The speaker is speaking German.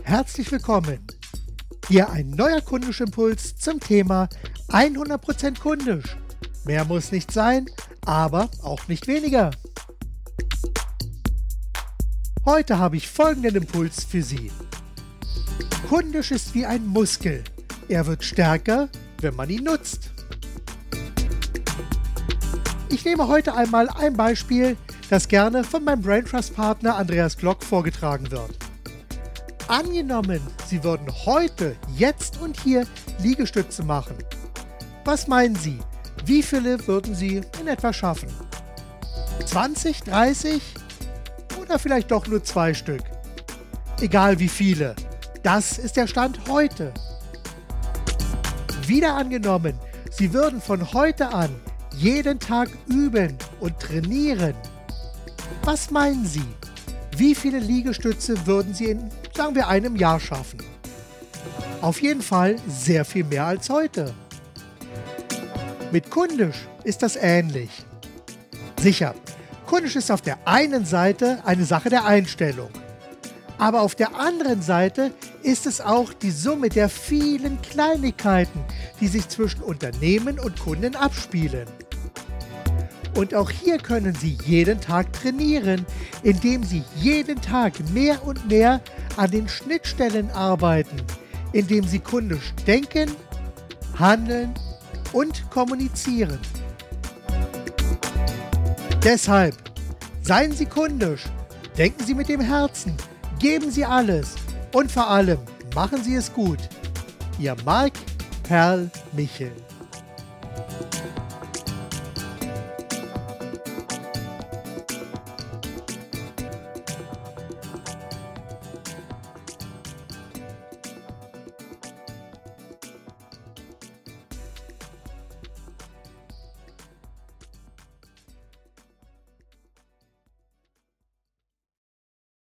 Herzlich willkommen. Hier ein neuer Kundisch-Impuls zum Thema 100% kundisch. Mehr muss nicht sein, aber auch nicht weniger. Heute habe ich folgenden Impuls für Sie. Kundisch ist wie ein Muskel. Er wird stärker, wenn man ihn nutzt. Ich nehme heute einmal ein Beispiel, das gerne von meinem Braintrust-Partner Andreas Glock vorgetragen wird. Angenommen, Sie würden heute, jetzt und hier Liegestütze machen. Was meinen Sie? Wie viele würden Sie in etwa schaffen? 20, 30 oder vielleicht doch nur 2 Stück? Egal wie viele. Das ist der Stand heute. Wieder angenommen, Sie würden von heute an jeden Tag üben und trainieren. Was meinen Sie? Wie viele Liegestütze würden Sie in, sagen wir, einem Jahr schaffen? Auf jeden Fall sehr viel mehr als heute. Mit kundisch ist das ähnlich. Sicher, kundisch ist auf der einen Seite eine Sache der Einstellung. Aber auf der anderen Seite ist es auch die Summe der vielen Kleinigkeiten, die sich zwischen Unternehmen und Kunden abspielen. Und auch hier können Sie jeden Tag trainieren, indem Sie jeden Tag mehr und mehr an den Schnittstellen arbeiten, indem Sie kundisch denken, handeln und kommunizieren. Deshalb, seien Sie kundisch, denken Sie mit dem Herzen, geben Sie alles und vor allem machen Sie es gut. Ihr Marc Perl Michel.